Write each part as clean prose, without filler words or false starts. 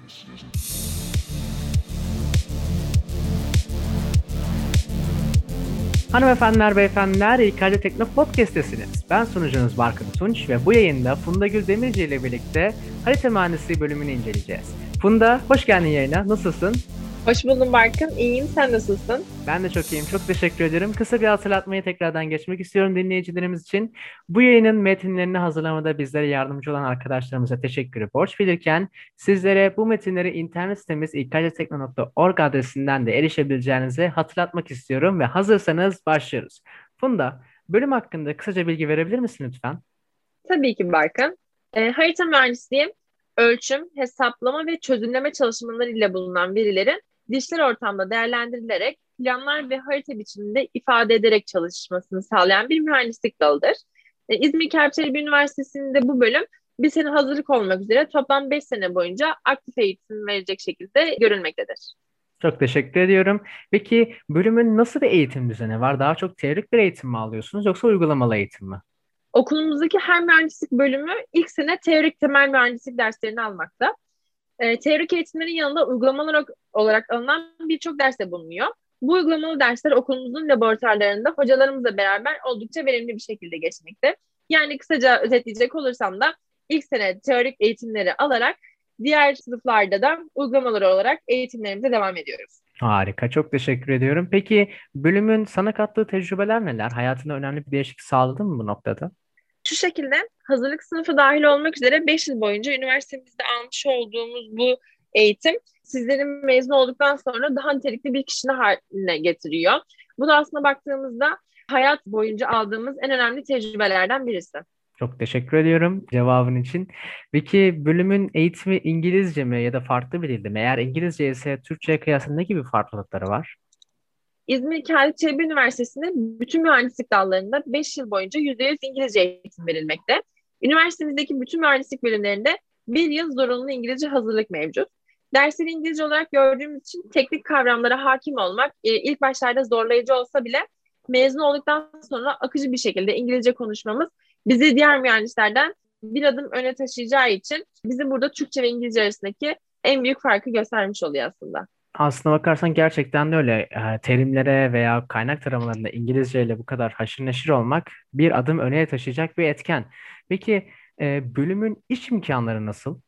Hanımefendiler, beyefendiler, İKC Tekno Podcast'tesiniz. Ben sunucunuz Barkın Tunç ve bu yayında Funda Gül Demirci ile birlikte harita mühendisliği bölümünü inceleyeceğiz. Funda, hoş geldin yayına. Nasılsın? Hoş buldum Barkın. İyiyim. Sen nasılsın? Ben de çok iyiyim. Çok teşekkür ederim. Kısa bir hatırlatmayı tekrardan geçmek istiyorum dinleyicilerimiz için. Bu yayının metinlerini hazırlamada bizlere yardımcı olan arkadaşlarımıza teşekkürü borç bilirken sizlere bu metinleri internet sitemiz ikctekno.org adresinden de erişebileceğinizi hatırlatmak istiyorum ve hazırsanız başlıyoruz. Funda, bölüm hakkında kısaca bilgi verebilir misin lütfen? Tabii ki Barkın. Harita mühendisliği, ölçüm, hesaplama ve çözümleme çalışmaları ile bulunan verilerin dijital ortamda değerlendirilerek planlar ve harita biçiminde ifade ederek çalışmasını sağlayan bir mühendislik dalıdır. İzmir Kerpçelebi Üniversitesi'nde bu bölüm bir sene hazırlık olmak üzere toplam 5 sene boyunca aktif eğitim verecek şekilde görülmektedir. Çok teşekkür ediyorum. Peki bölümün nasıl bir eğitim düzeni var? Daha çok teorik bir eğitim mi alıyorsunuz yoksa uygulamalı eğitim mi? Okulumuzdaki her mühendislik bölümü ilk sene teorik temel mühendislik derslerini almakta. Teorik eğitimlerin yanında uygulamalar olarak alınan birçok ders de bulunuyor. Bu uygulamalı dersler okulumuzun laboratuvarlarında hocalarımızla beraber oldukça verimli bir şekilde geçmekte. Yani kısaca özetleyecek olursam da ilk sene teorik eğitimleri alarak diğer sınıflarda da uygulamalar olarak eğitimlerimize devam ediyoruz. Harika, çok teşekkür ediyorum. Peki bölümün sana kattığı tecrübeler neler? Hayatına önemli bir değişiklik sağladı mı bu noktada? Şu şekilde hazırlık sınıfı dahil olmak üzere 5 yıl boyunca üniversitemizde almış olduğumuz bu eğitim sizlerin mezun olduktan sonra daha nitelikli bir kişi haline getiriyor. Bu da aslında baktığımızda hayat boyunca aldığımız en önemli tecrübelerden birisi. Çok teşekkür ediyorum cevabın için. Peki bölümün eğitimi İngilizce mi ya da farklı bir dilde mi? Eğer İngilizce ise Türkçe'ye kıyasla ne gibi farklılıkları var? İzmir Kağıt Çelebi Üniversitesi'nde bütün mühendislik dallarında 5 yıl boyunca %100 İngilizce eğitim verilmekte. Üniversitemizdeki bütün mühendislik bölümlerinde bir yıl zorunlu İngilizce hazırlık mevcut. Dersleri İngilizce olarak gördüğümüz için teknik kavramlara hakim olmak ilk başlarda zorlayıcı olsa bile mezun olduktan sonra akıcı bir şekilde İngilizce konuşmamız bizi diğer mühendislerden bir adım öne taşıyacağı için bizim burada Türkçe ve İngilizce arasındaki en büyük farkı göstermiş oluyor aslında. Aslına bakarsan gerçekten de öyle. Terimlere veya kaynak taramalarında İngilizce ile bu kadar haşır neşir olmak bir adım öne taşıyacak bir etken. Peki bölümün iş imkanları nasıl?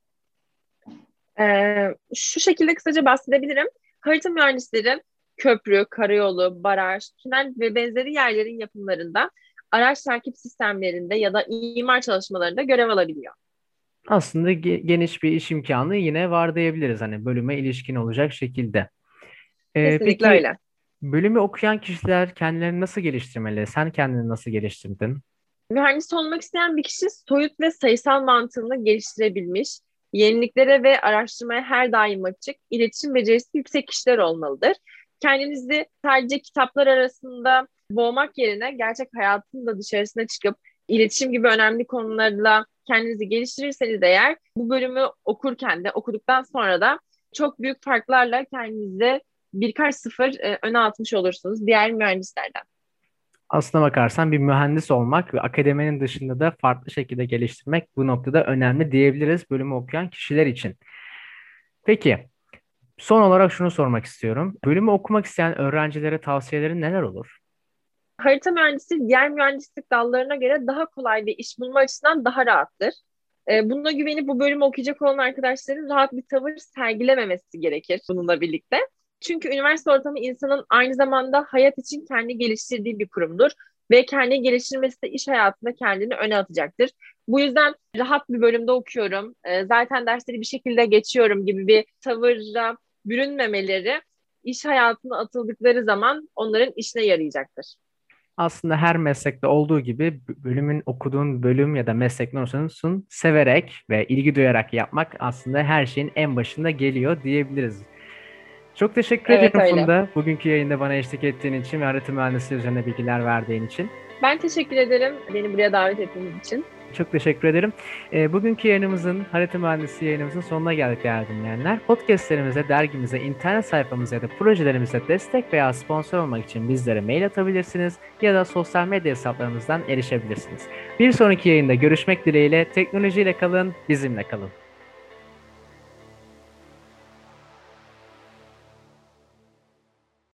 Şu şekilde kısaca bahsedebilirim. Harita mühendisleri köprü, karayolu, baraj, tünel ve benzeri yerlerin yapımlarında, araç takip sistemlerinde ya da imar çalışmalarında görev alabiliyor. Aslında geniş bir iş imkanı yine var diyebiliriz. Hani bölüme ilişkin olacak şekilde. Kesinlikle Peki öyle. bölümü okuyan kişiler kendilerini nasıl geliştirmeli? Sen kendini nasıl geliştirdin? Mühendis olmak isteyen bir kişi soyut ve sayısal mantığını geliştirebilmiş, yeniliklere ve araştırmaya her daim açık, iletişim becerisi yüksek kişiler olmalıdır. Kendinizi sadece kitaplar arasında boğmak yerine gerçek hayatın da dışarısına çıkıp iletişim gibi önemli konularla kendinizi geliştirirseniz eğer bu bölümü okurken de okuduktan sonra da çok büyük farklarla kendinizi birkaç sıfır öne atmış olursunuz diğer mühendislerden. Aslına bakarsan bir mühendis olmak ve akademinin dışında da farklı şekilde geliştirmek bu noktada önemli diyebiliriz bölümü okuyan kişiler için. Peki, son olarak şunu sormak istiyorum. Bölümü okumak isteyen öğrencilere tavsiyelerin neler olur? Harita mühendisi diğer mühendislik dallarına göre daha kolay ve iş bulma açısından daha rahattır. Buna güvenip bu bölümü okuyacak olan arkadaşların rahat bir tavır sergilememesi gerekir bununla birlikte. Çünkü üniversite ortamı insanın aynı zamanda hayat için kendi geliştirdiği bir kurumdur ve kendi geliştirmesi de iş hayatında kendini öne atacaktır. Bu yüzden rahat bir bölümde okuyorum, zaten dersleri bir şekilde geçiyorum gibi bir tavırla bürünmemeleri iş hayatına atıldıkları zaman onların işine yarayacaktır. Aslında her meslekte olduğu gibi bölümün okuduğun bölüm ya da meslek ne olursa olsun severek ve ilgi duyarak yapmak aslında her şeyin en başında geliyor diyebiliriz. Çok teşekkür Evet ediyorum öyle. Funda. Bugünkü yayında bana eşlik ettiğin için ve harita mühendisliği üzerine bilgiler verdiğin için. Ben teşekkür ederim beni buraya davet ettiğiniz için. Çok teşekkür ederim. Bugünkü yayınımızın, harita mühendisliği yayınımızın sonuna geldik değerli dinleyenler. Podcastlerimize, dergimize, internet sayfamıza ya da projelerimize destek veya sponsor olmak için bizlere mail atabilirsiniz ya da sosyal medya hesaplarımızdan erişebilirsiniz. Bir sonraki yayında görüşmek dileğiyle teknolojiyle kalın, bizimle kalın.